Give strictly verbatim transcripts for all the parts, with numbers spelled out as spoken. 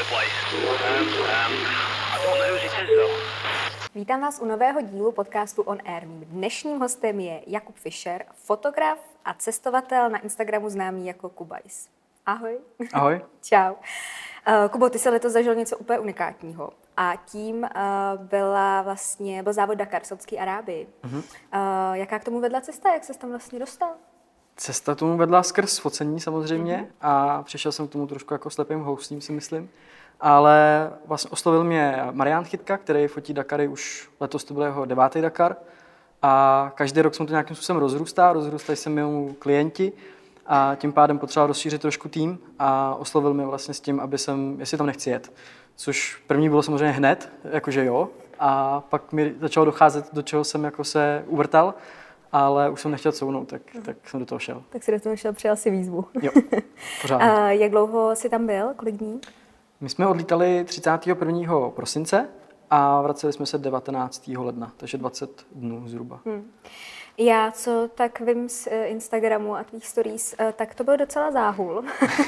Vítám vás u nového dílu podcastu On Air. Mým dnešním hostem je Jakub Fischer, fotograf a cestovatel na Instagramu známý jako Kubajs. Ahoj. Ahoj. Čau. Uh, Kubo, ty jsi letos zažil něco úplně unikátního. A tím uh, byla vlastně, byl závod Dakar v Saúdské Arábii. Uh-huh. Uh, jaká k tomu vedla cesta? Jak ses tam vlastně dostal? Cesta tomu vedla skrz focení samozřejmě uh-huh. a přišel jsem k tomu trošku jako slepým houslím, si myslím. Ale vlastně oslovil mě Marián Chytka, který fotí Dakary už letos, to byl jeho devátý Dakar. A každý rok se mu to nějakým způsobem rozrůstá, rozrůstají se mu klienti a tím pádem potřeboval rozšířit trošku tým a oslovil mě vlastně s tím, aby jsem, jestli tam nechci jet. Což první bylo samozřejmě hned, jakože jo, a pak mi začalo docházet, do čeho jsem jako se uvrtal, ale už jsem nechtěl counout, tak, tak jsem do toho šel. Tak si do toho šel, přijal si výzvu. Jo, pořádně. A jak dlouho jsi tam byl? Kolik dní? My jsme odlítali třicátého prvního prosince a vraceli jsme se devatenáctého ledna, takže dvacet dnů zhruba. Hmm. Já, co tak vím z Instagramu a tvých stories, tak to byl docela záhul.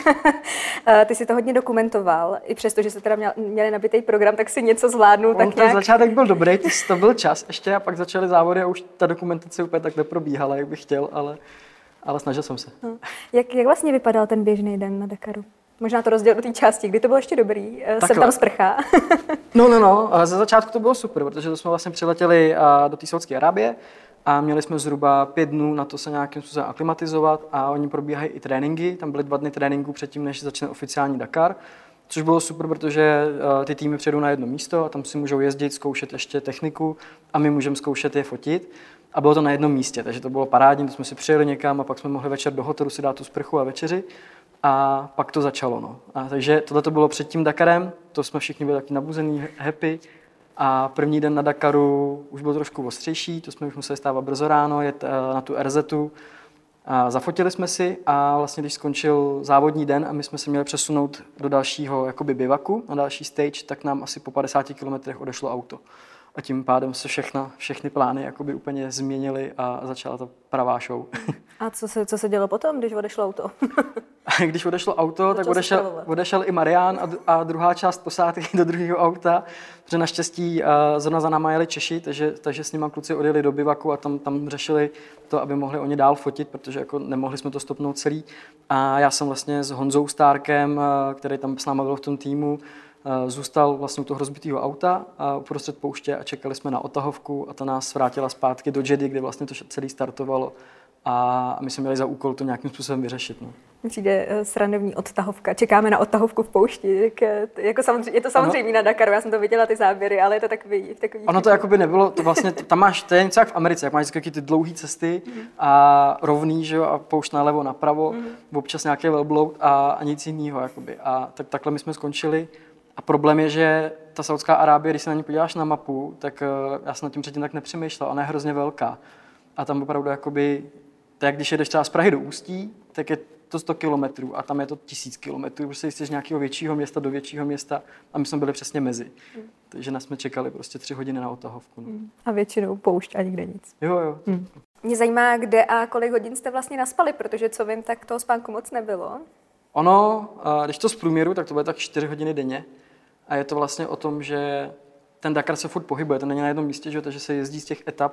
Ty si to hodně dokumentoval, i přesto, že se teda měl, měli nabitý program, tak si něco zvládnul. On tak ten nějak... začátek byl dobrý, to byl čas ještě a pak začaly závody a už ta dokumentace úplně tak neprobíhala, jak bych chtěl, ale, ale snažil jsem se. No. Jak, jak vlastně vypadal ten běžný den na Dakaru? Možná to rozděl do té části, kdy to bylo ještě dobrý, jsem tam sprchá. no, no, no, ze začátku to bylo super, protože to jsme vlastně přiletěli do té Saúdské Arábie a měli jsme zhruba pět dnů na to se nějakým způsobem aklimatizovat a oni probíhají i tréninky, tam byly dva dny tréninku předtím, než začne oficiální Dakar, což bylo super, protože ty týmy přijedou na jedno místo a tam si můžou jezdit, zkoušet ještě techniku a my můžeme zkoušet je fotit. A bylo to na jednom místě, takže to bylo parádní, to jsme si přijeli někam a pak jsme mohli večer do hotelu si dát tu sprchu a večeři. A pak to začalo, no. A takže tohle to bylo před tím Dakarem, to jsme všichni byli taky nabuzený, happy. A první den na Dakaru už byl trošku ostřejší, to jsme už museli stávat brzo ráno, jet na tu er zetu. A zafotili jsme si a vlastně když skončil závodní den a my jsme se měli přesunout do dalšího jakoby bivaku, na další stage, tak nám asi po padesáti kilometrech odešlo auto. A tím pádem se všechna, všechny plány jakoby úplně změnily a začala ta pravá show. A co se, co se dělo potom, když odešlo auto? Když odešlo auto, tak odešel, odešel i Marián a, a druhá část posádky do druhého auta, protože naštěstí uh, zrovna za náma jeli Češi, takže, takže s nima kluci odjeli do bivaku a tam, tam řešili to, aby mohli oni dál fotit, protože jako nemohli jsme to stopnout celý. A já jsem vlastně s Honzou Stárkem, uh, který tam s náma byl v tom týmu, zůstal vlastně u toho rozbitého auta a uprostřed pouště a čekali jsme na odtahovku a ta nás vrátila zpátky do Jeddy, kde vlastně to celé startovalo a my jsme měli za úkol to nějakým způsobem vyřešit. No. Přijde srandovní odtahovka. Čekáme na odtahovku v poušti. Jako samozřejmě, je to samozřejmě na Dakaru, já jsem to viděla ty záběry, ale je to takový... takový ono to jakoby nebylo, to vlastně, tam máš, to je něco jak v Americe, jak máš vždycky ty dlouhé cesty a rovný, že jo, a poušť nalevo, napravo, mm. občas nějaký velbloud a, a nic jiného, jakoby. A tak, takhle my jsme skončili. A problém je, že ta Saúdská Arábie, když se na ní podíváš na mapu, tak uh, já jsem nad tím předtím tak nepřemýšlel, ona je hrozně velká. A tam opravdu jakoby, tak když jedeš třeba z Prahy do Ústí, tak je to sto kilometrů a tam je to tisíc kilometrů, prostě jsi z nějakého většího města do většího města a my jsme byli přesně mezi. Mm. Takže nás jsme čekali prostě tři hodiny na odtahovku. No. Mm. A většinou poušť a nikde nic. Jo, jo. Mm. Mě zajímá, kde a kolik hodin jste vlastně naspali, protože co vím, tak toho spánku moc nebylo. Ono, když to z průměru, tak to bude tak čtyři hodiny denně. A je to vlastně o tom, že ten Dakar se furt pohybuje, to není na jednom místě, že? Takže se jezdí z těch etap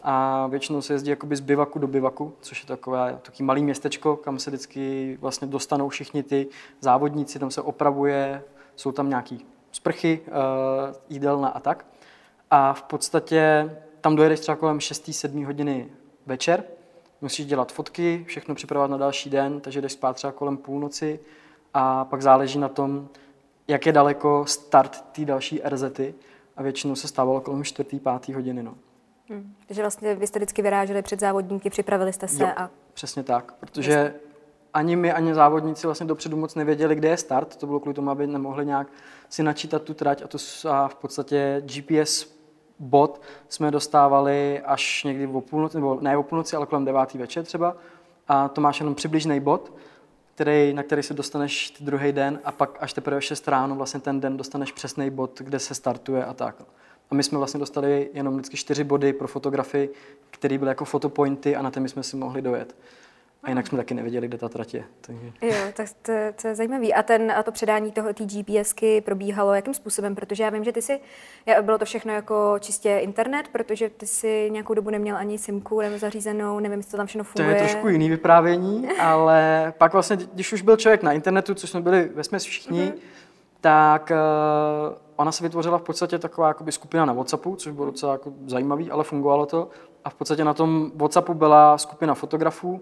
a většinou se jezdí jakoby z bivaku do bivaku, což je takové takové malé městečko, kam se vždycky vlastně dostanou všichni ty závodníci, tam se opravuje, jsou tam nějaký sprchy, jídelna a tak. A v podstatě tam dojedeš třeba kolem šest sedm hodiny večer, musíš dělat fotky, všechno připravovat na další den, takže jdeš spát třeba kolem půlnoci a pak záleží na tom, jak je daleko start té další er zety a většinou se stávalo kolem čtvrtý, pátý hodiny. No. Hmm. Takže vlastně vy jste vždycky vyráželi před závodníky, připravili jste se jo, a... přesně tak, protože ani my, ani závodníci vlastně dopředu moc nevěděli, kde je start, to bylo kvůli tomu, aby nemohli nějak si načítat tu trať a, to, a v podstatě G P S bod jsme dostávali až někdy o půlnoci, nebo ne o půlnoci, ale kolem devátý večer třeba a to máš jenom přibližný bod, který, na který se dostaneš druhý den a pak až teprve šest ráno vlastně ten den dostaneš přesný bod, kde se startuje a tak. A my jsme vlastně dostali jenom vždycky čtyři body pro fotografii, které byly jako fotopointy a na ty my jsme si mohli dojet. A jinak jsme taky nevěděli, kde ta trať je. Takže... Jo, tak to, to je zajímavý. A, ten, a to předání toho té GPSky probíhalo jakým způsobem? Protože já vím, že ty si, bylo to všechno jako čistě internet, protože ty si nějakou dobu neměl ani simku nebo zařízenou, nevím, jestli to tam všechno funguje. To je trošku jiný vyprávění, ale pak vlastně, když už byl člověk na internetu, což jsme byli vesměs všichni, mm-hmm. tak uh, ona se vytvořila v podstatě taková jakoby skupina na WhatsAppu, což bylo docela jako zajímavý, ale fungovalo to. A v podstatě na tom WhatsAppu byla skupina fotografů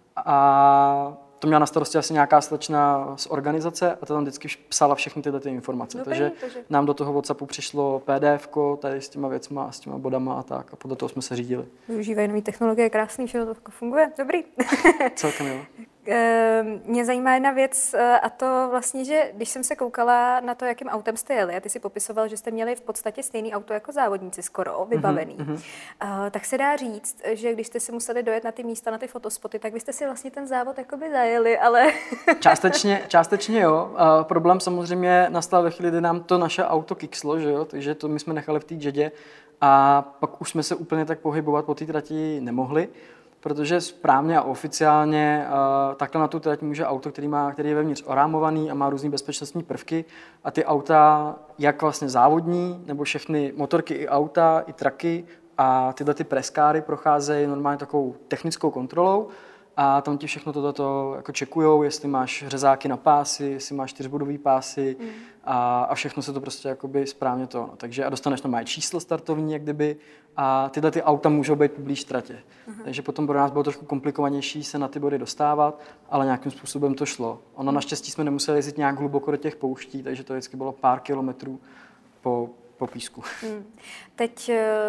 a to měla na starosti asi nějaká slečna z organizace a ta tam vždycky psala všechny tyhle ty informace. Dobrý, takže, takže nám do toho WhatsAppu přišlo PDFko tady s těma věcma, s těma bodama a tak a podle toho jsme se řídili. Využívají nové technologie, krásný, všechno to funguje, dobrý. Celkem jo. Mě zajímá jedna věc a to vlastně, že když jsem se koukala na to, jakým autem jste jeli, a ty si popisoval, že jste měli v podstatě stejný auto jako závodníci, skoro vybavený, mm-hmm. tak se dá říct, že když jste si museli dojet na ty místa, na ty fotospoty, tak vy jste si vlastně ten závod jakoby zajeli, ale... částečně, částečně jo. A problém samozřejmě nastal ve chvíli, kdy nám to naše auto kikslo, že jo? Takže to my jsme nechali v té Jedě a pak už jsme se úplně tak pohybovat po té trati nemohli. Protože správně a oficiálně uh, takhle na tu trať může auto, který, má, který je vevnitř orámovaný a má různý bezpečnostní prvky a ty auta, jak vlastně závodní, nebo všechny motorky i auta, i traky a tyhle ty preskáry procházejí normálně takovou technickou kontrolou a tam ti všechno toto jako čekujou, jestli máš řezáky na pásy, jestli máš čtyřbodový pásy mm. a, a všechno se to prostě jakoby správně to. No. Takže a dostaneš tam mají číslo startovní, jak kdyby, a tyhle ty auta můžou být blíž tratě. Uh-huh. Takže potom pro nás bylo trošku komplikovanější se na ty body dostávat, ale nějakým způsobem to šlo. Ono naštěstí jsme nemuseli jezdit nějak hluboko do těch pouští, takže to vždycky bylo pár kilometrů po po písku. Hmm. Teď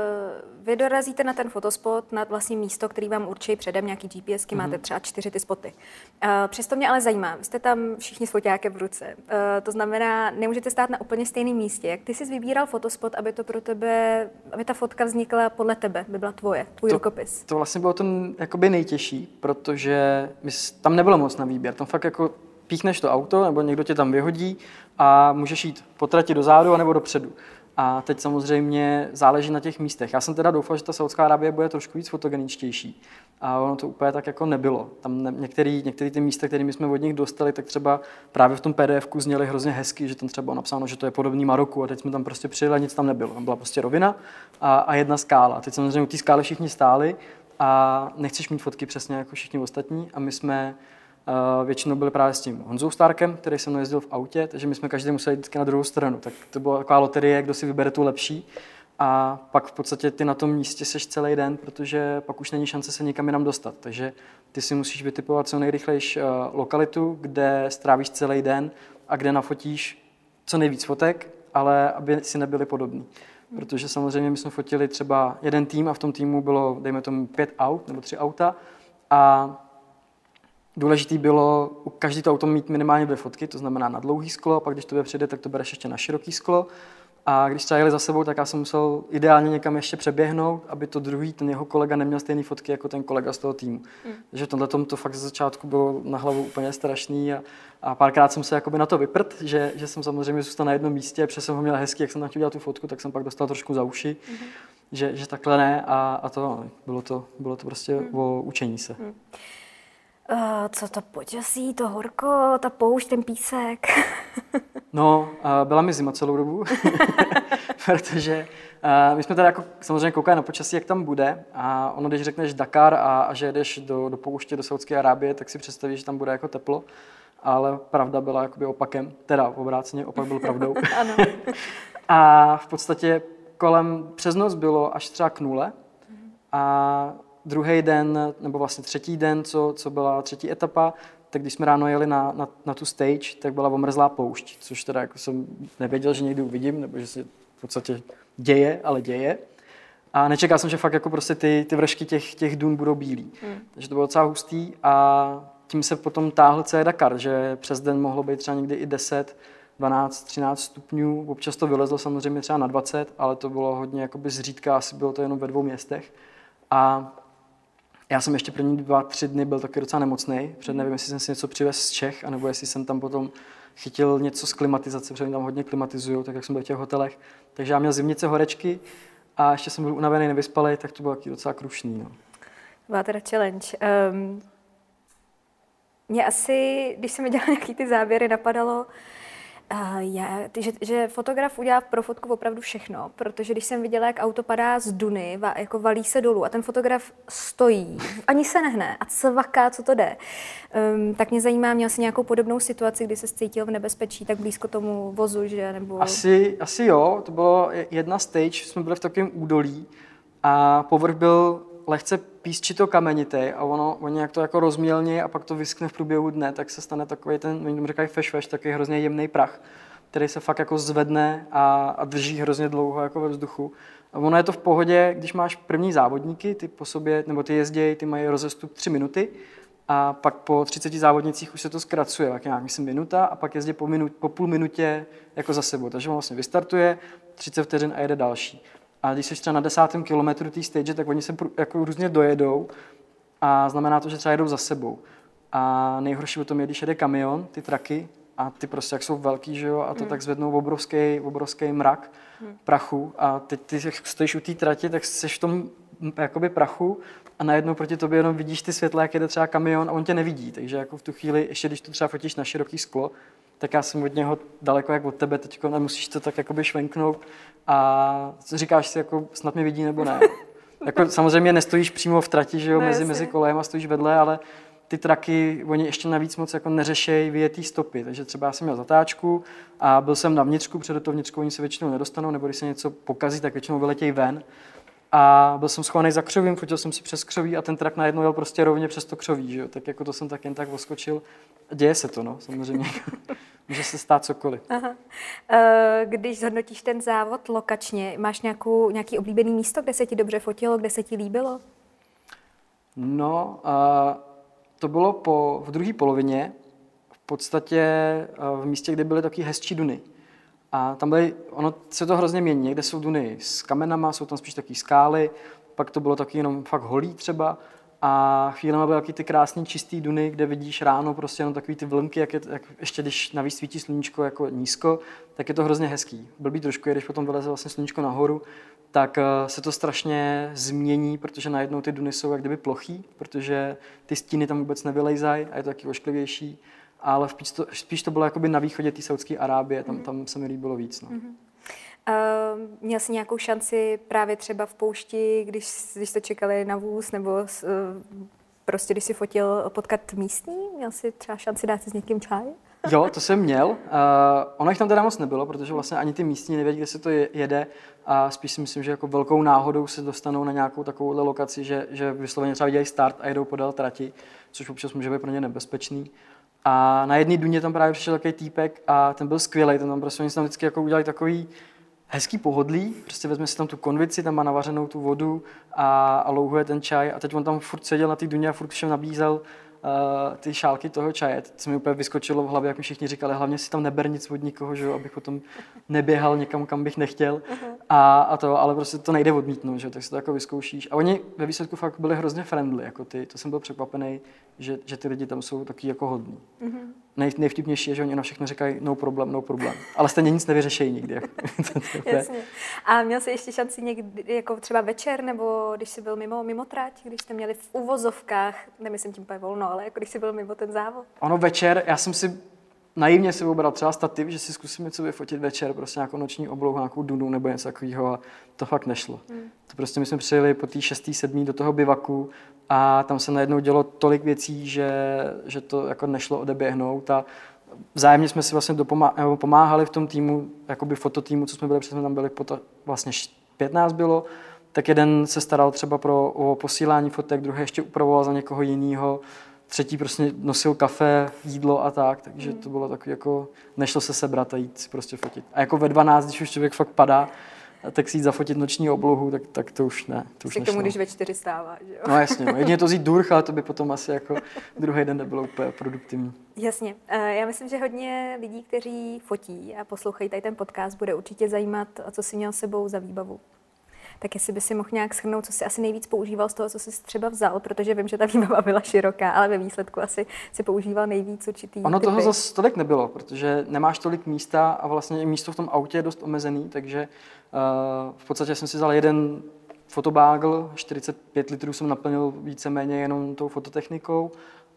vy dorazíte na ten fotospot, na vlastně místo, který vám určí předem nějaký GPSky, hmm. máte třeba čtyři ty spoty. Přesto mě ale zajímá, vy jste tam všichni s foťákem v ruce. To znamená, nemůžete stát na úplně stejném místě. Jak ty jsi vybíral fotospot, aby to pro tebe, aby ta fotka vznikla podle tebe, by byla tvoje, tvůj to, rukopis? To vlastně bylo to jakoby nejtěžší, protože tam nebylo moc na výběr. Tam fakt jako píchneš to auto, nebo někdo tě tam vyhodí a můžeš jít po trati dozadu anebo dopředu. A teď samozřejmě záleží na těch místech. Já jsem teda doufal, že ta Saudská Arábie bude trošku víc fotogeničtější. A ono to úplně tak jako nebylo. Tam ne, některý, některý ty místa, kterými jsme od nich dostali, tak třeba právě v tom PDFku zněly hrozně hezky, že tam třeba bylo napsáno, že to je podobný Maroku a teď jsme tam prostě přijeli a nic tam nebylo. Tam byla prostě rovina a, a jedna skála. Teď samozřejmě u té skály všichni stáli a nechceš mít fotky přesně jako všichni ostatní a my jsme Uh, většinou byli právě s tím Honzou Starkem, který se mnou jezdil v autě, takže my jsme každý museli jít vždycky na druhou stranu. Tak to byla taková loterie, kdo si vybere tu lepší. A pak v podstatě ty na tom místě seš celý den, protože pak už není šance se někam jinam dostat. Takže ty si musíš vytipovat co nejrychlejší uh, lokalitu, kde strávíš celý den a kde nafotíš co nejvíc fotek, ale aby si nebyli podobní. Protože samozřejmě my jsme fotili třeba jeden tým a v tom týmu bylo, dejme tomu, pět aut nebo tři auta a důležitý bylo u každý to auto mít minimálně dvě fotky, to znamená na dlouhý sklo, a pak když to přijde, tak to bereš ještě na široký sklo. A když třeba jeli za sebou, tak já jsem musel ideálně někam ještě přeběhnout, aby to druhý, ten jeho kolega neměl stejné fotky jako ten kolega z toho týmu. Mm. Takže v tomhle tom to fakt ze začátku bylo na hlavu úplně strašný a, a párkrát jsem se jakoby na to vyprt, že, že jsem samozřejmě zůstal na jednom místě, protože jsem ho měl hezky, jak jsem na chtěl dělat tu fotku, tak jsem pak dostal trošku za uši, mm. že, že takhle ne a, a to bylo to, bylo to prostě mm. o učení se. Mm. Uh, co to počasí, to horko, ta poušť, ten písek? No, uh, byla mi zima celou dobu, protože uh, my jsme tady jako samozřejmě koukali na počasí, jak tam bude a ono, když řekneš Dakar a, a že jedeš do, do pouště, do Saudské Arábie, tak si představíš, že tam bude jako teplo, ale pravda byla jakoby opakem, teda obráceně, opak byl pravdou. Ano. A v podstatě kolem přes noc bylo až třeba k nule a druhý den, nebo vlastně třetí den, co, co byla třetí etapa, tak když jsme ráno jeli na, na, na tu stage, tak byla omrzlá poušť, což teda jako jsem nevěděl, že někdy uvidím, nebo že se v podstatě děje, ale děje. A nečekal jsem, že fakt jako prostě ty, ty vršky těch, těch dun budou bílý. Hmm. Takže to bylo docela hustý a tím se potom táhl celý Dakar, že přes den mohlo být třeba někdy i deset, dvanáct, třináct stupňů. Občas to vylezlo samozřejmě třeba na dvacet, ale to bylo hodně jakoby zřídka, asi bylo to jenom ve dvou městech. A já jsem ještě první dva, tři dny byl taky docela nemocnej, protože nevím, jestli jsem si něco přivez z Čech, anebo jestli jsem tam potom chytil něco z klimatizace, protože tam hodně klimatizují, tak jak jsem byl v těch hotelech. Takže já měl zimnice, horečky a ještě jsem byl unavený, nevyspalej, tak to bylo taky docela krušný. No. Byla teda challenge. Um, Mě asi, když jsem viděla nějaký ty záběry, napadalo, Uh, já, ty, že, že fotograf udělá pro fotku opravdu všechno, protože když jsem viděla, jak auto padá z duny, va, jako valí se dolů a ten fotograf stojí, ani se nehne a cvaká, co to jde, um, tak mě zajímá, měl jsi nějakou podobnou situaci, kdy se cítil v nebezpečí tak blízko tomu vozu, že? Nebo... Asi, asi jo, to bylo jedna stage, jsme byli v takovém údolí a povrch byl lehce písčito kamenitý a ono, oni jak to jako rozmělní a pak to vyskne v průběhu dne, tak se stane takový ten, oni tomu říkají feš feš, takový hrozně jemný prach, který se fakt jako zvedne a, a drží hrozně dlouho jako ve vzduchu. A ono je to v pohodě, když máš první závodníky, ty po sobě, nebo ty jezdějí, ty mají rozestup tři minuty a pak po třiceti závodnicích už se to zkracuje, tak nějak myslím minuta a pak jezdí po, minut, po půl minutě jako za sebou. Takže on vlastně vystartuje, třicet vteřin a jede další. A když jsi třeba na desátém kilometru té stage, tak oni se jako různě dojedou a znamená to, že třeba jedou za sebou. A nejhorší o tom je, když jede kamion, ty traky, a ty prostě jak jsou velký, že jo, a to mm. tak zvednou obrovský, obrovský mrak mm. prachu a teď ty stojíš u té trati, tak jsi v tom jakoby prachu a najednou proti tobě jenom vidíš ty světla, jak jede třeba kamion a on tě nevidí, takže jako v tu chvíli, ještě když to třeba fotíš na široký sklo, tak já jsem od něho daleko jak od tebe teďko, nemusíš to tak jakoby švenknout a říkáš si, jako snad mě vidí nebo ne. Jako samozřejmě nestojíš přímo v trati, že jo, no, mezi, mezi kolejem a stojíš vedle, ale ty traky, oni ještě navíc moc jako neřešejí vyjetý stopy, takže třeba já jsem měl zatáčku a byl jsem na vnitřku, před to vnitřku oni se většinou nedostanou, nebo když se něco pokazí, tak většinou vyletějí ven. A byl jsem schovaný za křovím, fotil jsem si přes křoví a ten trak najednou jel prostě rovně přes to křoví, že jo? Tak jako to jsem tak jen tak oskočil. Děje se to, no, samozřejmě. Může se stát cokoliv. Aha. Když zhodnotíš ten závod lokačně, máš nějakou, nějaký oblíbený místo, kde se ti dobře fotilo, kde se ti líbilo? No, uh, to bylo po, v druhé polovině, v podstatě uh, v místě, kde byly taky hezčí duny. A tam byly, ono se to hrozně mění, někde jsou duny s kamenama, jsou tam spíš taky skály, pak to bylo taky jenom fakt holý třeba a chvílema byly taky ty krásný čistý duny, kde vidíš ráno prostě jenom takový ty vlnky, jak je, jak ještě když navíc svítí sluníčko jako nízko, tak je to hrozně hezký. Blbý trošku je, když potom vyleze vlastně sluníčko nahoru, tak se to strašně změní, protože najednou ty duny jsou jak kdyby plochý, protože ty stíny tam vůbec nevylejzají a je to taky ošklivější. Ale spíš to, spíš to bylo jakoby na východě té Saúdské Arábie, tam, tam se mi líbilo víc. No. Mm-hmm. Uh, měl jsi nějakou šanci právě třeba v poušti, když, když jste čekali na vůz, nebo uh, prostě když jsi fotil, potkat místní? Měl jsi třeba šanci dát si s někým čaj? Jo, to jsem měl. Uh, ono jich tam teda moc nebylo, protože vlastně ani ty místní nevědí, kde se to jede a spíš si myslím, že jako velkou náhodou se dostanou na nějakou takovouhle lokaci, že, že vysloveně třeba dělají start a jedou podél trati, což občas může být pro ně nebezpečný. A na jedné duně tam právě přišel takový týpek a ten byl skvělý, ten tam prostě oni si tam vždycky jako udělali takový hezký pohodlí, prostě vezme si tam tu konvici, tam má navařenou tu vodu a, a louhuje ten čaj a teď on tam furt seděl na té duně a furt všem nabízel uh, ty šálky toho čaje. Teď se mi úplně vyskočilo v hlavě, jak mi všichni říkali, hlavně si tam neber nic od nikoho, že jo, abych potom neběhal někam, kam bych nechtěl. A, a to, ale prostě to nejde odmítnout, že? Tak si to jako vyzkoušíš. A oni ve výsledku fakt byli hrozně friendly, jako ty. To jsem byl překvapený, že, že ty lidi tam jsou taky jako hodní. Mm-hmm. Nej, nejvtipnější je, že oni na všechno říkají no problem, no problem. Ale stejně nic nevyřešejí nikdy. Jako. Jasně. A měl jsi ještě šanci někdy, jako třeba večer, nebo když jsi byl mimo, mimo trať, když jste měli v uvozovkách, nemyslím tím úplně volno, ale jako když jsi byl mimo ten závod? Ono večer, já jsem si naivně si vybral třeba stativ, že si zkusím něco vyfotit večer, prostě nějakou noční oblohu, nějakou dunu nebo něco takového a to fakt nešlo. Hmm. To prostě my jsme přijeli po té šestý, sedmý do toho bivaku a tam se najednou dělo tolik věcí, že, že to jako nešlo odeběhnout a vzájemně jsme si vlastně dopomá- pomáhali v tom týmu, jakoby fototýmu, co jsme byli, protože jsme tam byli, pota- vlastně pět nás bylo, tak jeden se staral třeba pro, o posílání fotek, druhý ještě upravoval za někoho jiného. Třetí prostě nosil kafe, jídlo a tak, takže to bylo takový jako, nešlo se sebrat a jít si prostě fotit. A jako ve dvanáct, když už člověk fakt padá, tak si jít zafotit noční oblohu, tak, tak to už ne. To už k tomu, když ve čtyři stává, že jo? No jasně, no. Jedině to vzít durch, ale to by potom asi jako druhý den nebylo úplně produktivní. Jasně. Já myslím, že hodně lidí, kteří fotí a poslouchají tady ten podcast, bude určitě zajímat, co si měl s sebou za výbavu. Tak jestli by si mohl nějak shrnout, co jsi asi nejvíc používal z toho, co jsi třeba vzal, protože vím, že ta výbava byla široká, ale ve výsledku asi si používal nejvíc určitý Ono typy. Toho zase tolik nebylo, protože nemáš tolik místa a vlastně místo v tom autě je dost omezený, takže uh, v podstatě jsem si vzal jeden fotobágl, čtyřicet pět litrů jsem naplnil víceméně jenom tou fototechnikou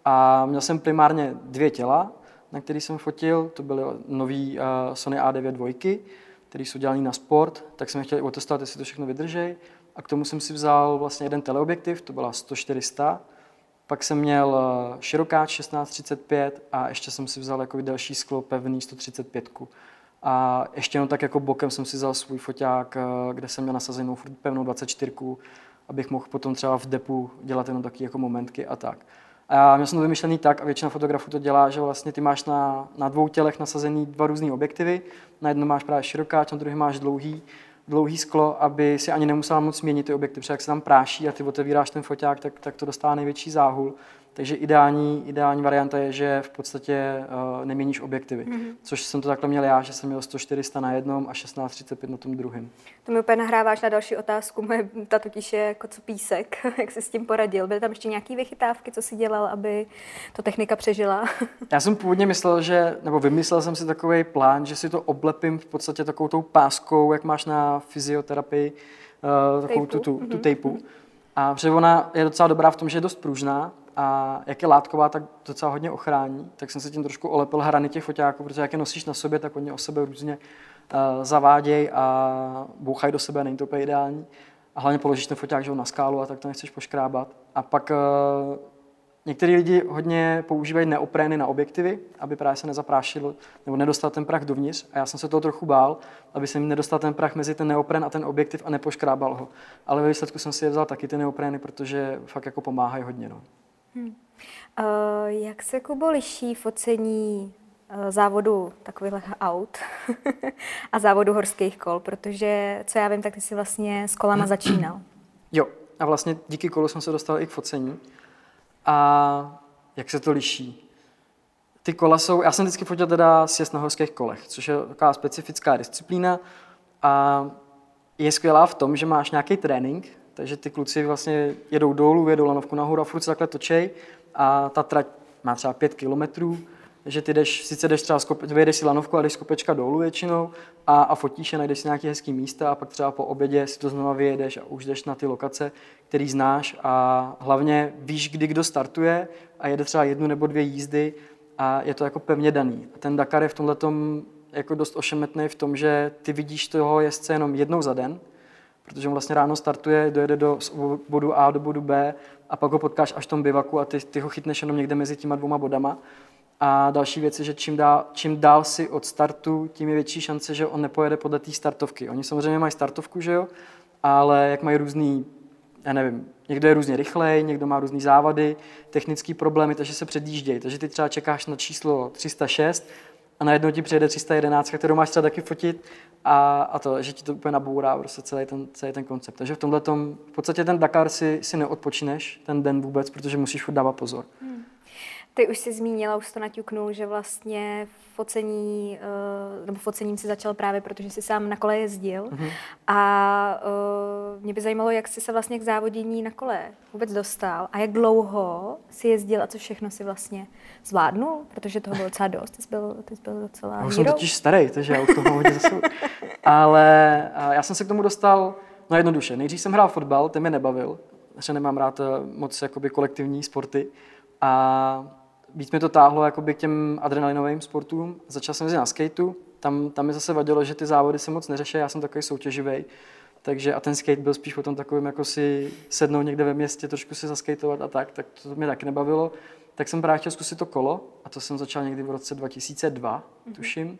A měl jsem primárně dvě těla, na který jsem fotil. To byly nový uh, Sony A devět dvojky, který jsou dělaný na sport, tak jsem chtěl otestovat, jestli to všechno vydrží. A k tomu jsem si vzal vlastně jeden teleobjektiv, to byla sto čtyři sta. Pak jsem měl širokáč šestnáct třicet pět a ještě jsem si vzal jako delší sklo pevný sto třicet pět. A ještě jenom tak jako bokem jsem si vzal svůj foťák, kde jsem měl nasazenou furt pevnou dvacet čtyři, abych mohl potom třeba v depu dělat jenom taky jako momentky a tak. A měl jsem to vymyšlený tak, a většina fotografů to dělá, že vlastně ty máš na, na dvou tělech nasazený dva různý objektivy. Na jednom máš právě širokáč, na druhém máš dlouhý, dlouhý sklo, aby si ani nemusela moc měnit ty objektivy, protože jak se tam práší a ty otevíráš ten foťák, tak, tak to dostává největší záhul. Takže ideální, ideální varianta je, že v podstatě uh, neměníš objektivy. Mm-hmm. Což jsem to takhle měl já, že jsem měl sto čtyři sta na jednom a šestnáct třicet pět na tom druhém. To mi úplně nahráváš na další otázku. Moje ta totiž je jako co písek. Jak jsi s tím poradil? Byly tam ještě nějaké vychytávky, co jsi dělal, aby to technika přežila? Já jsem původně myslel, že, nebo vymyslel jsem si takový plán, že si to oblepím v podstatě takovou tou páskou, jak máš na fyzioterapii, uh, takovou tu, tu, tu tejpu. Mm-hmm. A protože ona je docela dobrá v tom, že je dost pružná, a jak je látková, tak docela hodně ochrání, tak jsem se tím trošku olepil hrany těch foťáků, protože jak je nosíš na sobě, tak oni o sebe různě uh, zavádějí a bouchají do sebe, není to úplně ideální. A hlavně položíš ten foťák, že ho na skálu a tak to nechceš poškrábat. A pak uh, některý lidi hodně používají neoprény na objektivy, aby právě se nezaprášil nebo nedostal ten prach dovnitř. A já jsem se toho trochu bál, aby se mi nedostal ten prach mezi ten neopren a ten objektiv a nepoškrábal ho. Ale ve výsledku jsem si je vzal taky ty neoprény, protože fakt jako pomáhají hodně. No. Hmm. Uh, jak se, Kubo, liší focení uh, závodu takových aut a závodu horských kol? Protože, co já vím, tak ty jsi vlastně s kolama začínal. Jo, a vlastně díky kolu jsem se dostal i k focení. A jak se to liší? Ty kola jsou, já jsem vždycky fotil teda sjezd na horských kolech, což je taková specifická disciplína a je skvělá v tom, že máš nějaký trénink, takže ty kluci vlastně jedou dolů, jedou lanovku nahoru a furt se takhle točej a ta trať má třeba pět kilometrů, že ty jdeš, sice jdeš třeba, skope, vyjedeš si lanovku a jdeš z kopečka dolů většinou a, a fotíš a najdeš si nějaké hezký místa a pak třeba po obědě si to znova vyjedeš a už jdeš na ty lokace, který znáš a hlavně víš, kdy kdo startuje a jede třeba jednu nebo dvě jízdy a je to jako pevně daný. A ten Dakar je v tomhletom jako dost ošemetný v tom, že ty vidíš toho jezdce jenom jednou za den, protože on vlastně ráno startuje, dojede do bodu A do bodu B a pak ho potkáš až v tom bivaku a ty, ty ho chytneš jenom někde mezi těma dvouma bodama. A další věc je, že čím dál, čím dál si od startu, tím je větší šance, že on nepojede podle té startovky. Oni samozřejmě mají startovku, že jo, ale jak mají různý, já nevím, někdo je různě rychlej, někdo má různý závady, technické problémy, takže se předjíždějí. Takže ty třeba čekáš na číslo tři sta šest a najednou ti přijede tři sta jedenáct, kterou máš třeba taky fotit a, a to, že ti to úplně nabourá prostě celý ten, celý ten koncept. Takže v tomhletom, v podstatě ten Dakar si, si neodpočineš ten den vůbec, protože musíš furt dávat pozor. Hmm. Ty už jsi zmínila, už to naťuknul, že vlastně focení, nebo focením si začal právě, protože jsi sám na kole jezdil. Mm-hmm. A mě by zajímalo, jak jsi se vlastně k závodění na kole vůbec dostal a jak dlouho jsi jezdil a co všechno si vlastně zvládnul, protože toho bylo docela dost, ty jsi byl, ty jsi byl docela hero. Já jsem totiž starý, takže já už toho hodně zase. Ale já jsem se k tomu dostal, no jednoduše. Nejdřív jsem hrál fotbal, ten mě nebavil, že nemám rád moc jakoby kolektivní sporty a víc mě to táhlo jakoby k těm adrenalinovým sportům. Začal jsem jezdit na skateu, tam, tam mi zase vadilo, že ty závody se moc neřeší, já jsem takový soutěživý, takže a ten skate byl spíš potom takovým jako si sednout někde ve městě, trošku si zaskateovat a tak, tak to mě taky nebavilo. Tak jsem právě chtěl zkusit to kolo a to jsem začal někdy v roce dva tisíce dva, mm-hmm. tuším,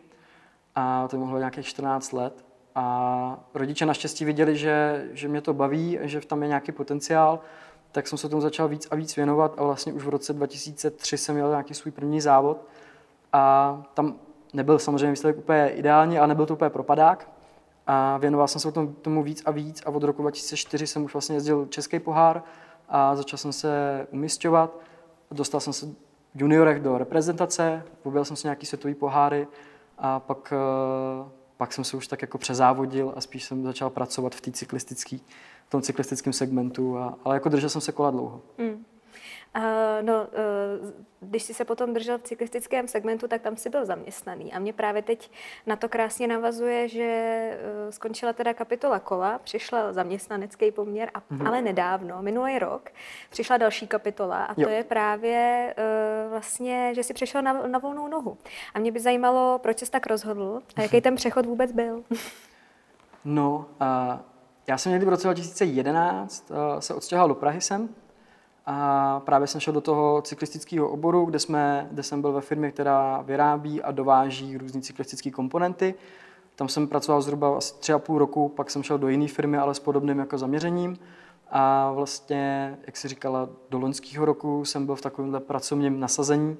a to mohlo nějakých čtrnáct let. A rodiče naštěstí viděli, že, že mě to baví, že tam je nějaký potenciál, tak jsem se tomu začal víc a víc věnovat a vlastně už v roce dva tisíce tři jsem měl nějaký svůj první závod a tam nebyl samozřejmě výsledek úplně ideální, ale nebyl to úplně propadák a věnoval jsem se tomu, tomu víc a víc a od roku dva tisíce čtyři jsem už vlastně jezdil český pohár a začal jsem se umisťovat, dostal jsem se v juniorech do reprezentace, objel jsem si nějaký světový poháry a pak, pak jsem se už tak jako přezávodil a spíš jsem začal pracovat v té cyklistické v tom cyklistickém segmentu, a, ale jako držel jsem se kola dlouho. Mm. Uh, no, uh, když jsi se potom držel v cyklistickém segmentu, tak tam jsi byl zaměstnaný. A mě právě teď na to krásně navazuje, že uh, skončila teda kapitola kola, přišel zaměstnanecký poměr, a, mm-hmm. ale nedávno, minulý rok, přišla další kapitola a to jo. je právě uh, vlastně, že jsi přešel na, na volnou nohu. A mě by zajímalo, proč jsi tak rozhodl a jaký ten přechod vůbec byl. No, uh, já jsem někdy v roce dva tisíce jedenáct uh, se odstěhoval do Prahy sem. A právě jsem šel do toho cyklistického oboru, kde, jsme, kde jsem byl ve firmě, která vyrábí a dováží různé cyklistické komponenty. Tam jsem pracoval zhruba asi tři a půl roku, pak jsem šel do jiné firmy, ale s podobným jako zaměřením. A vlastně, jak jsi říkala, do loňského roku jsem byl v takovémhle pracovním nasazení.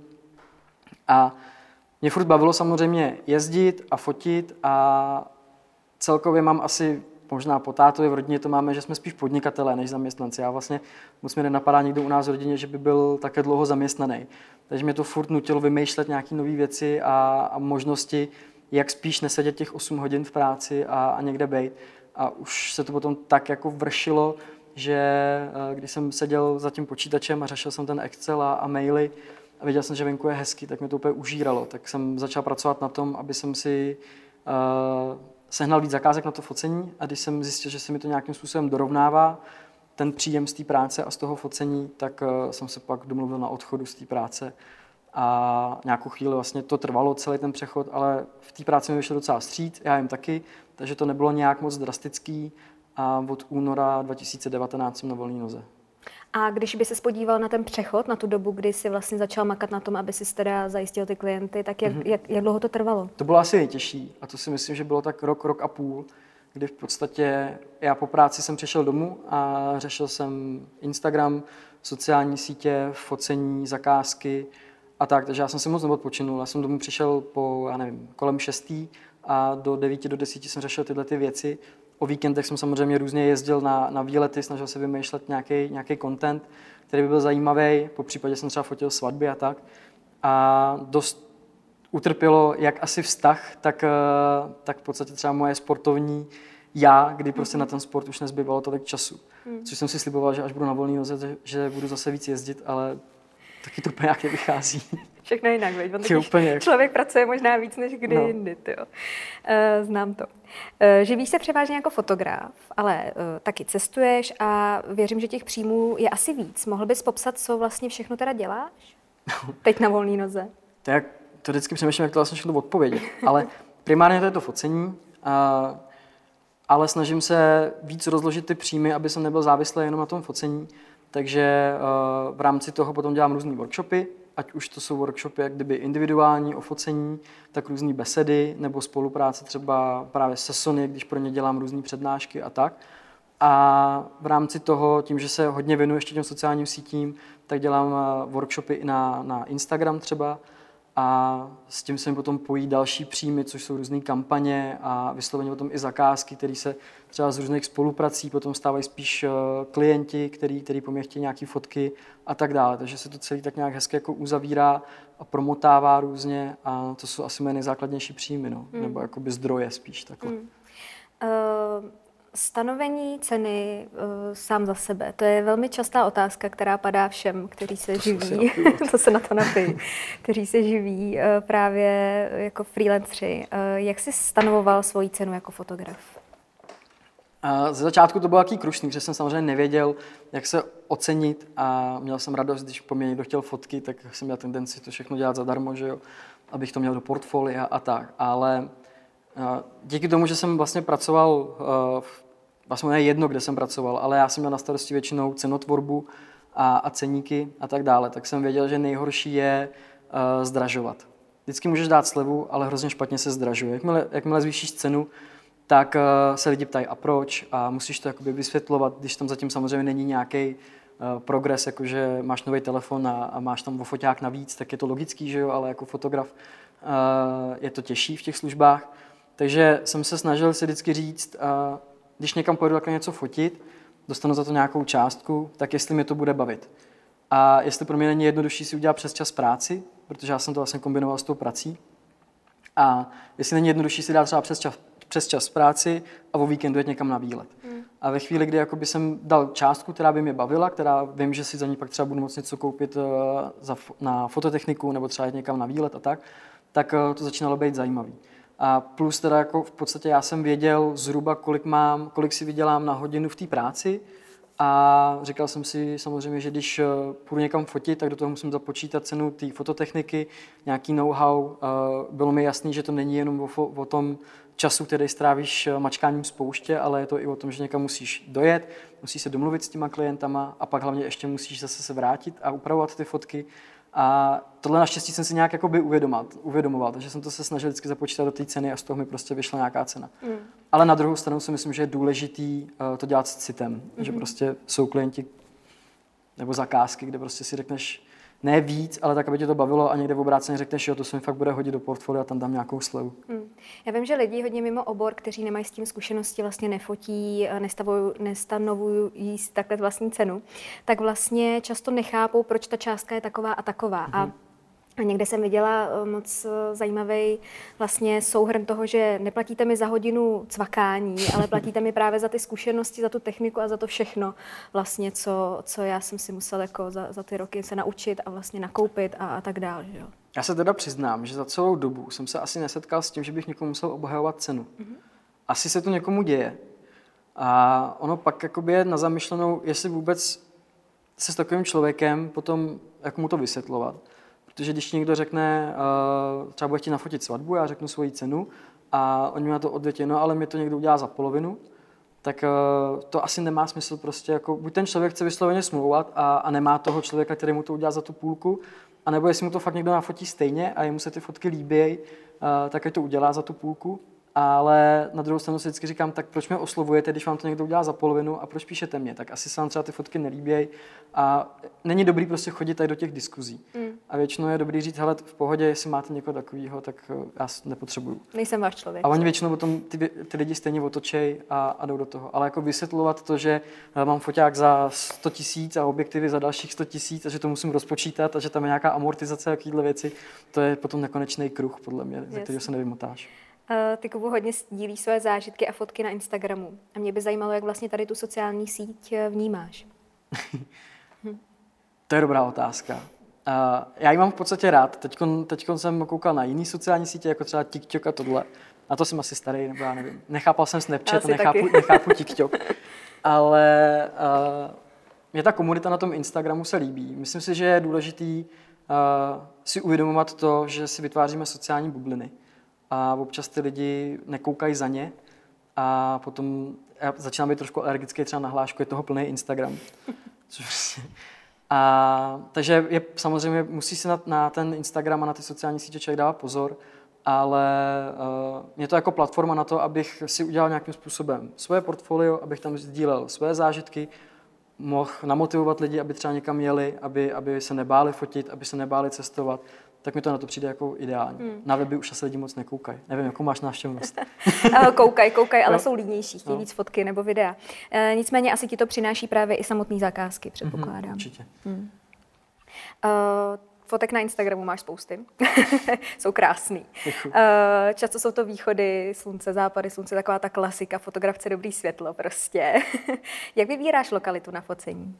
A mě furt bavilo samozřejmě jezdit a fotit a celkově mám asi možná po tátovi v rodině to máme, že jsme spíš podnikatelé než zaměstnanci. Já vlastně moc mi nenapadá někdo u nás v rodině, že by byl také dlouho zaměstnaný. Takže mě to furt nutilo vymýšlet nějaké nové věci a, a možnosti, jak spíš nesedět těch osm hodin v práci a, a někde bejt. A už se to potom tak jako vršilo, že když jsem seděl za tím počítačem a řešil jsem ten Excel a, a maily a viděl jsem, že venku je hezky, tak mě to úplně užíralo. Tak jsem začal pracovat na tom, aby jsem si uh, sehnal víc zakázek na to focení a když jsem zjistil, že se mi to nějakým způsobem dorovnává, ten příjem z té práce a z toho focení, tak uh, jsem se pak domluvil na odchodu z té práce a nějakou chvíli vlastně to trvalo, celý ten přechod, ale v té práci mi vyšlo docela vstříc, já jim taky, takže to nebylo nějak moc drastický a od února dva tisíce devatenáct jsem na volné noze. A když by se podíval na ten přechod, na tu dobu, kdy jsi vlastně začal makat na tom, aby si teda zajistil ty klienty, tak jak, mm-hmm. jak, jak dlouho to trvalo? To bylo asi nejtěžší a to si myslím, že bylo tak rok, rok a půl, kdy v podstatě já po práci jsem přišel domů a řešil jsem Instagram, sociální sítě, focení, zakázky a tak, takže já jsem si moc neodpočinul. Já jsem domů přišel po, já nevím, kolem šestý a do devíti, do desíti jsem řešil tyhle ty věci. O víkendech jsem samozřejmě různě jezdil na, na výlety, snažil se vymýšlet nějaký, nějaký content, který by byl zajímavý, po případě jsem třeba fotil svatby a tak. A dost utrpělo jak asi vztah, tak, tak v podstatě třeba moje sportovní já, kdy prostě mm-hmm. na ten sport už nezbývalo tolik času. Mm. Což jsem si sliboval, že až budu na volný noze, že budu zase víc jezdit, ale taky to úplně nějak nevychází. Všechno jinak, veď? On úplně. Člověk pracuje možná víc než kdy no. jindy, tyjo. Uh, znám to. Uh, živíš se převážně jako fotograf, ale uh, taky cestuješ a věřím, že těch příjmů je asi víc. Mohl bys popsat, co vlastně všechno teda děláš? Teď na volný noze. Tak to vždycky přemýšlím, jak to vlastně všechno odpovědět. Ale primárně to je to focení, uh, ale snažím se víc rozložit ty příjmy, aby jsem nebyl závislý jenom na tom focení. Takže uh, v rámci toho potom dělám různý workshopy, ať už to jsou workshopy jak kdyby individuální o focení, tak různý besedy nebo spolupráce třeba právě se Sony, když pro ně dělám různý přednášky a tak. A v rámci toho, tím, že se hodně věnuji ještě těm sociálním sítím, tak dělám workshopy i na, na Instagram třeba a s tím se mi potom pojí další příjmy, což jsou různé kampaně a vysloveně potom i zakázky, které se třeba z různých spoluprací potom stávají spíš klienti, který, který po mně chtějí nějaké fotky a tak dále. Takže se to celý tak nějak hezky jako uzavírá a promotává různě a to jsou asi moje nejzákladnější příjmy, no. mm. nebo jakoby zdroje spíš takhle. Mm. Uh... Stanovení ceny uh, sám za sebe, to je velmi častá otázka, která padá všem, kteří se to živí, to se na to napij, kteří se živí uh, právě jako freelanceri. Uh, jak jsi stanovoval svoji cenu jako fotograf? Uh, ze začátku to bylo takový krušný, protože jsem samozřejmě nevěděl, jak se ocenit a měl jsem radost, když po mě někdo chtěl fotky, tak jsem měl tendenci to všechno dělat zadarmo, že jo, abych to měl do portfolia a tak, ale díky tomu, že jsem vlastně pracoval, vlastně ne jedno, kde jsem pracoval, ale já jsem měl na starosti většinou cenotvorbu a, a ceníky a tak dále, tak jsem věděl, že nejhorší je uh, zdražovat. Vždycky můžeš dát slevu, ale hrozně špatně se zdražuje. Jakmile, jakmile zvýšíš cenu, tak uh, se lidi ptají a proč a musíš to jakoby vysvětlovat, když tam zatím samozřejmě není nějaký uh, progres, jakože máš nový telefon a, a máš tam foťák navíc, tak je to logický, že jo, ale jako fotograf uh, je to těžší v těch službách. Takže jsem se snažil si vždycky říct, uh, když někam pojedu takhle něco fotit, dostanu za to nějakou částku, tak jestli mě to bude bavit. A jestli pro mě není jednodušší si udělat přes čas práci, protože já jsem to vlastně kombinoval s tou prací. A jestli není jednodušší si dát třeba přes čas, přes čas práci a o víkendu jet někam na výlet. Hmm. A ve chvíli, kdy jakoby jsem dal částku, která by mě bavila, která vím, že si za ní pak třeba budu moct něco koupit uh, za, na fototechniku nebo třeba jít někam na výlet a tak, tak uh, to začínalo být zajímavý. A plus teda jako v podstatě já jsem věděl zhruba, kolik mám, kolik si vydělám na hodinu v té práci a říkal jsem si samozřejmě, že když půjdu někam fotit, tak do toho musím započítat cenu té fototechniky, nějaký know-how. Bylo mi jasný, že to není jenom o, o tom času, který strávíš mačkáním spouště, ale je to i o tom, že někam musíš dojet, musíš se domluvit s těma klientama a pak hlavně ještě musíš zase se vrátit a upravovat ty fotky. A tohle naštěstí jsem si nějak jakoby uvědomoval, uvědomoval, takže jsem to se snažil vždycky započítat do té ceny a z toho mi prostě vyšla nějaká cena. Mm. Ale na druhou stranu si myslím, že je důležitý uh, to dělat s citem, mm-hmm. že prostě jsou klienti nebo zakázky, kde prostě si řekneš ne víc, ale tak, aby tě to bavilo a někde v obráceně řekneš, jo, to se mi fakt bude hodit do portfolia a tam dám nějakou slevu. Hmm. Já vím, že lidi hodně mimo obor, kteří nemají s tím zkušenosti, vlastně nefotí, nestavují, nestanovují si takhle vlastní cenu, tak vlastně často nechápou, proč ta částka je taková a taková. Hmm. A A někde jsem viděla moc zajímavý vlastně souhrn toho, že neplatíte mi za hodinu cvakání, ale platíte mi právě za ty zkušenosti, za tu techniku a za to všechno, vlastně, co, co já jsem si musela jako za, za ty roky se naučit a vlastně nakoupit a, a tak dále. Že jo. Já se teda přiznám, že za celou dobu jsem se asi nesetkal s tím, že bych někomu musel obhajovat cenu. Mm-hmm. Asi se to někomu děje. A ono pak jakoby je na zamyšlenou, jestli vůbec se s takovým člověkem potom, jak mu to vysvětlovat. Protože když někdo řekne, uh, třeba bude chtít nafotit svatbu, já řeknu svoji cenu a oni mi na to odvětí, no ale mě to někdo udělá za polovinu, tak uh, to asi nemá smysl prostě, jako buď ten člověk chce vysloveně smlouvat a, a nemá toho člověka, který mu to udělá za tu půlku, anebo jestli mu to fakt někdo nafotí stejně a jemu se ty fotky líbí, uh, tak ať to udělá za tu půlku. Ale na druhou stranu si vždycky říkám, tak proč mě oslovujete, když vám to někdo udělá za polovinu a proč píšete mě, tak asi se vám třeba ty fotky nelíbějí a není dobrý prostě chodit tady do těch diskuzí. Mm. A většinou je dobrý říct, hele, v pohodě, jestli máte někoho takového, tak já nepotřebuju. Nejsem váš člověk. A oni většinou potom ty, ty lidi stejně otočej a, a jdou do toho. Ale jako vysvětlovat to, že mám foťák za sto tisíc a objektivy za dalších sto tisíc a že to musím rozpočítat a že tam je nějaká amortizace a takovéhle věci, to je potom nekonečný kruh, podle mě, yes. ze kterého se nevymotáš. Ty, Kubu, hodně sdílí své zážitky a fotky na Instagramu. A mě by zajímalo, jak vlastně tady tu sociální síť vnímáš. hm. To je dobrá otázka. Uh, já ji mám v podstatě rád. Teďkon, teďkon jsem koukal na jiný sociální sítě, jako třeba TikTok a tohle. Na to jsem asi starý, nebo já nevím. Nechápal jsem Snapchat, nechápu, nechápu TikTok. Ale uh, mě ta komunita na tom Instagramu se líbí. Myslím si, že je důležitý uh, si uvědomovat to, že si vytváříme sociální bubliny. A občas ty lidi nekoukají za ně a potom já začínám být trošku alergický třeba na hlášku, je toho plný Instagram. Což a, takže je, samozřejmě musí se na, na ten Instagram a na ty sociální sítě člověk dávat pozor, ale uh, je to jako platforma na to, abych si udělal nějakým způsobem svoje portfolio, abych tam sdílel své zážitky, mohl namotivovat lidi, aby třeba někam jeli, aby, aby se nebáli fotit, aby se nebáli cestovat. Tak mi to na to přijde jako ideální. Hmm. Na weby už asi lidi moc nekoukají. Nevím, jakou máš návštěvnost. Koukaj, koukaj, ale no. jsou lídnější, chtějí no. víc fotky nebo videa. E, nicméně asi ti to přináší právě i samotné zakázky, předpokládám. Hmm, určitě. Hmm. E, fotek na Instagramu máš spousty. Jsou krásný. E, často jsou to východy, slunce, západy, slunce, taková ta klasika, fotografce dobrý světlo prostě. Jak vybíráš lokalitu na focení?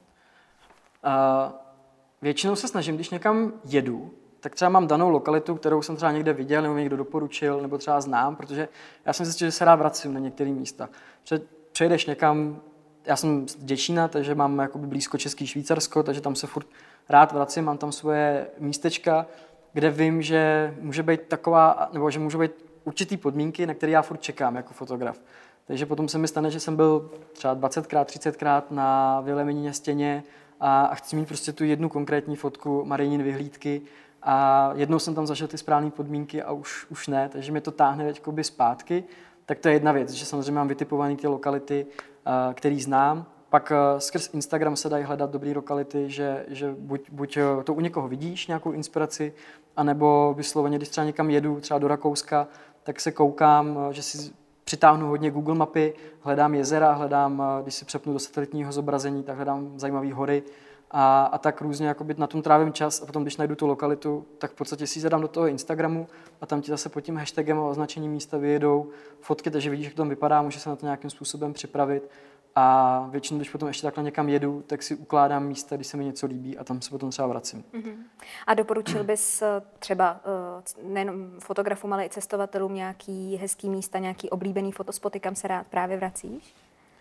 Uh, většinou se snažím, když někam jedu, tak třeba mám danou lokalitu, kterou jsem třeba někde viděl, nebo někdo doporučil, nebo třeba znám, protože já jsem zjistil, že se rád vracím na některé místa. Přejdeš někam, já jsem z Děčína, takže mám jakoby blízko Český Švýcarsko, takže tam se furt rád vracím, mám tam svoje místečka, kde vím, že může být taková, nebo že můžou být určitý podmínky, na které já furt čekám jako fotograf. Takže potom se mi stane, že jsem byl třeba dvacetkrát, třicetkrát na Vilhelmině stěně a, a chci mít prostě tu jednu konkrétní fotku Marijinin vyhlídky. A jednou jsem tam zažil ty správné podmínky a už, už ne, takže mě to táhne jakoby zpátky. Tak to je jedna věc, že samozřejmě mám vytipované ty lokality, který znám. Pak skrz Instagram se dají hledat dobré lokality, že, že buď, buď to u někoho vidíš, nějakou inspiraci, anebo vysloveně, když třeba někam jedu, třeba do Rakouska, tak se koukám, že si přitáhnu hodně Google mapy, hledám jezera, hledám, když si přepnu do satelitního zobrazení, tak hledám zajímavé hory, A, a tak různě jakoby na tom trávím čas a potom, když najdu tu lokalitu, tak v podstatě si zadám do toho Instagramu a tam ti zase pod tím hashtagem a označením místa vyjedou fotky, takže vidíš, jak to tam vypadá, může se na to nějakým způsobem připravit A většinou, když potom ještě takhle někam jedu, tak si ukládám místa, když se mi něco líbí a tam se potom třeba vracím. Uh-huh. A doporučil bys třeba nejenom fotografům, ale i cestovatelům nějaký hezký místa, nějaký oblíbený fotospoty, kam se rád právě vracíš?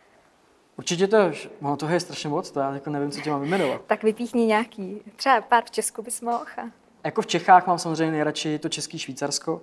Určitě to, ono toho je strašně moc, to já jako nevím, co tě mám vyjmenovat. Tak vypíchni nějaký, třeba pár v Česku bys mohl. A... Jako v Čechách mám samozřejmě nejradši to český Švýcarsko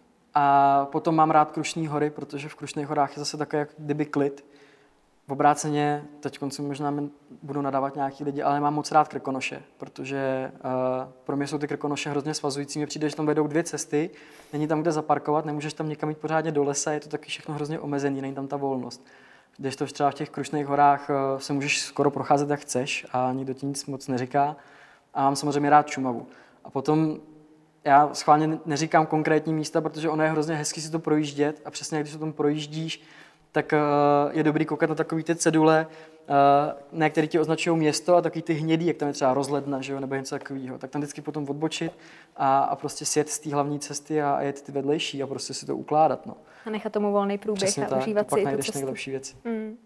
a potom mám rád Krušné hory, protože v Krušných horách je zase takový jak kdyby klid. V obráceně, teď konci možná budu nadávat nějaký lidi, ale mám moc rád Krkonoše, protože uh, pro mě jsou ty Krkonoše hrozně svazující. Mně přijde, že tam vedou dvě cesty, není tam kde zaparkovat, nemůžeš tam někam jít pořádně do lesa, je to taky všechno hrozně omezený, není tam ta volnost. Když to třeba v těch Krušných horách uh, se můžeš skoro procházet, jak chceš a nikdo ti nic moc neříká. A mám samozřejmě rád Šumavu. A potom já schválně neříkám konkrétní místa, protože ono je hrozně hezký si to projíždět a přesně když se tom projíždíš, tak je dobrý koukat na takový ty cedule, ne, které ti označují město a takový ty hnědý, jak tam je třeba Rozhledna, že jo, nebo něco takového. Tak tam vždycky potom odbočit a, a prostě sjet z té hlavní cesty a, a jet ty vedlejší a prostě si to ukládat. No. A nechat tomu volný průběh. Přesně a tak, užívat si i tu cestu. Nejlepší věci. Mm. Uh,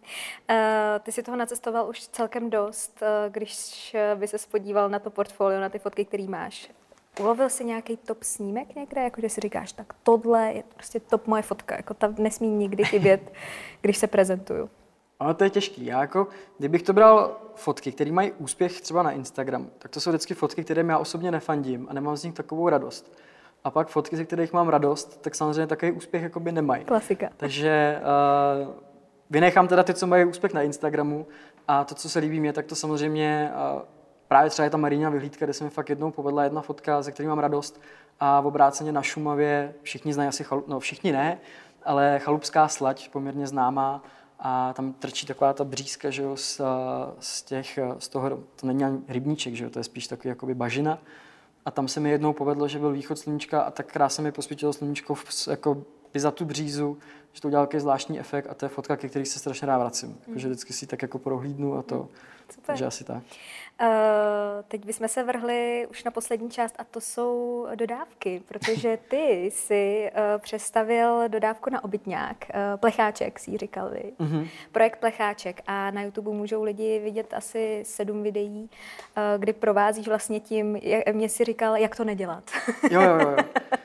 ty si toho nacestoval už celkem dost, uh, když by se podíval na to portfolio, na ty fotky, které máš. Ulovil jsi nějaký top snímek někde, jakože si říkáš, tak tohle je prostě top moje fotka, jako ta nesmí nikdy chybět, když se prezentuju. Ono to je těžký. Já jako, kdybych to bral fotky, které mají úspěch třeba na Instagramu, tak to jsou vždycky fotky, které já osobně nefandím a nemám z nich takovou radost. A pak fotky, ze kterých mám radost, tak samozřejmě takový úspěch jakoby nemají. Klasika. Takže uh, vynechám teda ty, co mají úspěch na Instagramu a to, co se líbí mě, tak to samozřejmě uh, právě třeba je ta Maríňina vyhlídka, kde se mi fakt jednou povedla jedna fotka, ze které mám radost a v obráceně na Šumavě, všichni znají asi, chalup, no všichni ne, ale Chalupská slať, poměrně známá a tam trčí taková ta břízka, že jo, z, z těch, z toho, to není ani rybníček, že jo, to je spíš takový jakoby bažina a tam se mi jednou povedlo, že byl východ sluníčka a tak krásně mi posvítilo sluníčko v, jako za tu břízu, že to udělal takový zvláštní efekt a to je fotka, ke který se strašně rád vracím, mm. takže vždycky si tak jako prohlídnu a to, super. Takže asi tak. Uh, teď bychom se vrhli už na poslední část a to jsou dodávky, protože ty si uh, představil dodávku na obytňák, uh, Plecháček, si říkal vy. Mm-hmm. Projekt Plecháček a na YouTube můžou lidi vidět asi sedm videí, uh, kdy provázíš vlastně tím, jak, mě si říkal, jak to nedělat. Jo, jo, jo. jo.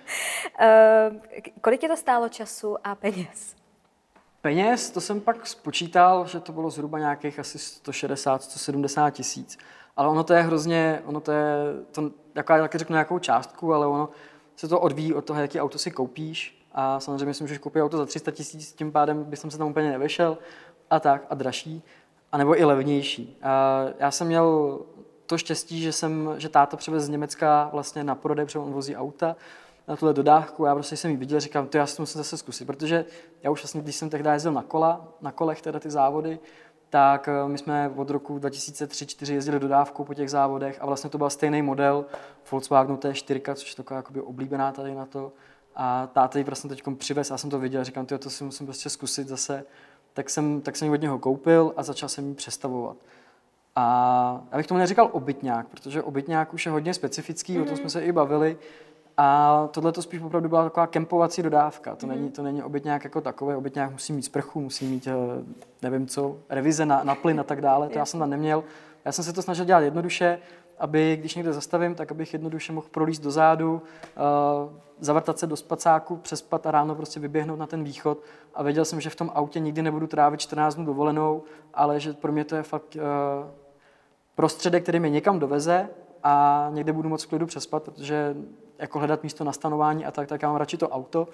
uh, kolik je to stálo času a peněz? Peněz, to jsem pak spočítal, že to bylo zhruba nějakých asi sto šedesát, sto sedmdesát tisíc. Ale ono to je hrozně, ono to je, to, jako já taky řeknu nějakou částku, ale ono se to odvíjí od toho, jaký auto si koupíš. A samozřejmě si můžeš koupit auto za tři sta tisíc, tím pádem bych se tam úplně nevešel. A tak, a dražší, anebo i levnější. A já jsem měl to štěstí, že, jsem, že táta přivez z Německa vlastně na prodej, protože on vozí auta, na tuhle dodávku, já prostě jsem ji viděl, říkám, to já si to musím zase zkusit, protože já už vlastně, když jsem tehdy jezdil na kola, na kolech teda ty závody, tak my jsme od roku dva tisíce tři čtyři jezdili dodávku po těch závodech a vlastně to byl stejný model Volkswagenu T čtyři, což je taková jakoby oblíbená tady na to. A táta ji vlastně teď přivez, já jsem to viděl, říkám, to si musím prostě zkusit zase. Tak jsem, tak jsem ji od něho koupil a začal jsem ji přestavovat. A já bych tomu neříkal obytňák, protože obytňák už je hodně specifický, mm-hmm. o tom jsme se i bavili. A tohle to spíš opravdu byla taková kempovací dodávka. To, mm. není, to není obytňák jako takové. Obytňák musí mít sprchu, musí mít, nevím co, revize na, na plyn a tak dále. To já jsem tam neměl. Já jsem se to snažil dělat jednoduše, aby když někde zastavím, tak abych jednoduše mohl prolízt do zádu, uh, zavrtat se do spacáku, přespat a ráno prostě vyběhnout na ten východ. A věděl jsem, že v tom autě nikdy nebudu trávit čtrnáct dnů dovolenou, ale že pro mě to je fakt uh, prostředek, který mě někam doveze a někde budu moc v klidu přespat, protože jako hledat místo na stanování a tak, tak já mám radši to auto.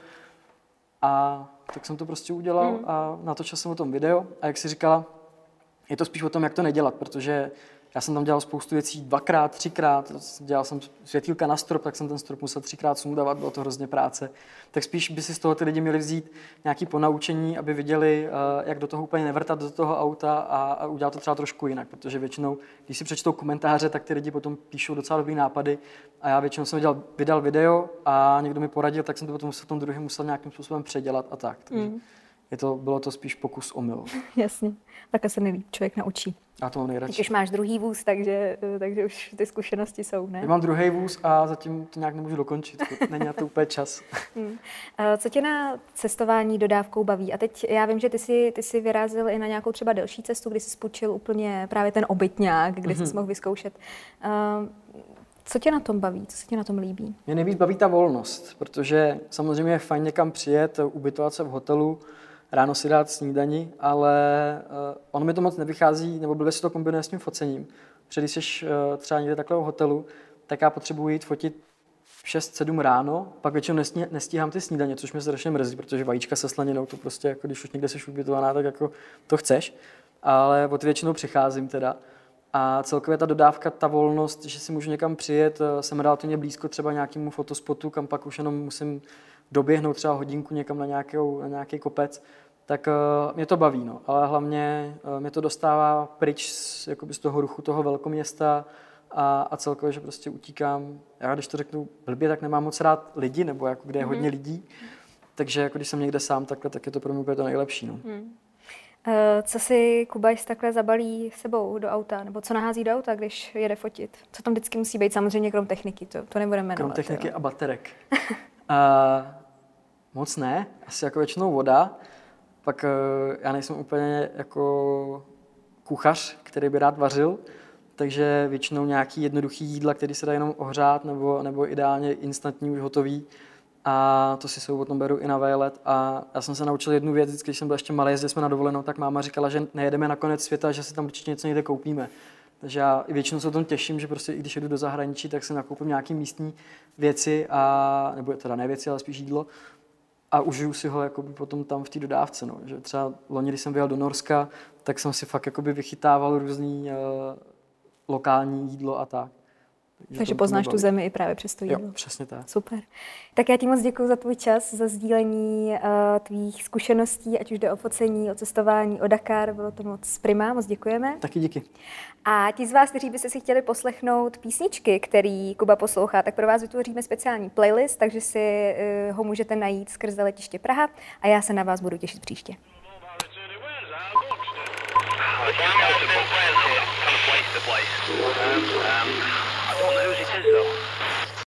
A tak jsem to prostě udělal mm. a natočil jsem o tom video. A jak jsi říkala, je to spíš o tom, jak to nedělat, protože já jsem tam dělal spoustu věcí dvakrát, třikrát, dělal jsem světýlka na strop, tak jsem ten strop musel třikrát sundávat, bylo to hrozně práce. Tak spíš by si z toho ty lidi měli vzít nějaké ponaučení, aby viděli, jak do toho úplně nevrtat do toho auta a, a udělat to třeba trošku jinak, protože většinou, když si přečtou komentáře, tak ty lidi potom píšou docela dobrý nápady a já většinou jsem vydal, vydal video a někdo mi poradil, tak jsem to potom musel, tom druhém musel nějakým způsobem předělat a tak. Takže mm. Je to, bylo to spíš pokus omyl. Jasně, takhle se nejlíp člověk naučí. Já to mám nejradši. Teď už máš druhý vůz, takže, takže už ty zkušenosti jsou, ne? Já mám druhý vůz a zatím to nějak nemůžu dokončit. Není na to úplně čas. Hmm. Co tě na cestování dodávkou baví? A teď já vím, že ty jsi, ty jsi vyrazil i na nějakou třeba delší cestu, kdy jsi spůjčil úplně právě ten obytňák, kdy mm-hmm. jsi mohl vyzkoušet. Co tě na tom baví? Co se tě na tom líbí? Mě nejvíc baví ta volnost, protože samozřejmě je fajn někam přijet, ubytovat se v hotelu, ráno si dát snídani, ale uh, ono mi to moc nevychází, nebo blbě si to kombinuje s tím focením. Protože když jsi uh, třeba někde takhle v hotelu, tak já potřebuji jít fotit v šest sedm ráno, pak většinou nesní, nestíhám ty snídaně, což mě strašně mrzí, protože vajíčka se slaninou, to prostě jako když už někde jsi ubytovaná, tak jako to chceš. Ale od většinou přicházím teda. A celkově ta dodávka, ta volnost, že si můžu někam přijet, jsem relativně blízko třeba nějakému fotospotu, kam pak už jenom musím doběhnout třeba hodinku někam na, nějakou, na nějaký kopec, tak uh, mě to baví, no. Ale hlavně uh, mě to dostává pryč z, jakoby z toho ruchu toho velkoměsta a, a celkově, že prostě utíkám. Já když to řeknu blbě, tak nemám moc rád lidi, nebo jako kde je mm-hmm. hodně lidí, takže jako když jsem někde sám takhle, tak je to pro mě úplně to nejlepší, no. Mm. Co si Kubajs takhle zabalí sebou do auta, nebo co nahází do auta, když jede fotit? Co tam vždycky musí být? Samozřejmě krom techniky, to, to nebudeme jmenovat. Krom techniky jo. A baterek. uh, moc ne, asi jako většinou voda. Pak uh, já nejsem úplně jako kuchař, který by rád vařil, takže většinou nějaký jednoduchý jídla, který se dá jenom ohřát, nebo, nebo ideálně instantní, už hotový. A to si sebou potom beru i na výlet. A já jsem se naučil jednu věc, vždycky, když jsem byl ještě malý, jezdili jsme na dovolenou, tak máma říkala, že nejedeme na konec světa, že si tam určitě něco někde koupíme. Takže já i většinou se o tom těším, že prostě i když jedu do zahraničí, tak si nakoupím nějaký místní věci, a, nebo teda ne věci, ale spíš jídlo. A užiju si ho jakoby potom tam v té dodávce. No. Že třeba loni, když jsem vyjel do Norska, tak jsem si fakt jakoby vychytával různý uh, lokální jídlo a tak. Takže, Takže poznáš tu zemi i právě přes to jídlo. Jo, přesně tak. Super. Tak já ti moc děkuji za tvůj čas, za sdílení uh, tvých zkušeností, ať už jde o focení, o cestování, o Dakar. Bylo to moc prima, moc děkujeme. Taky díky. A ti z vás, kteří byste si chtěli poslechnout písničky, který Kuba poslouchá, tak pro vás vytvoříme speciální playlist, takže si uh, ho můžete najít skrze Letiště Praha a já se na vás budu těšit příště. I don't know whose it is though.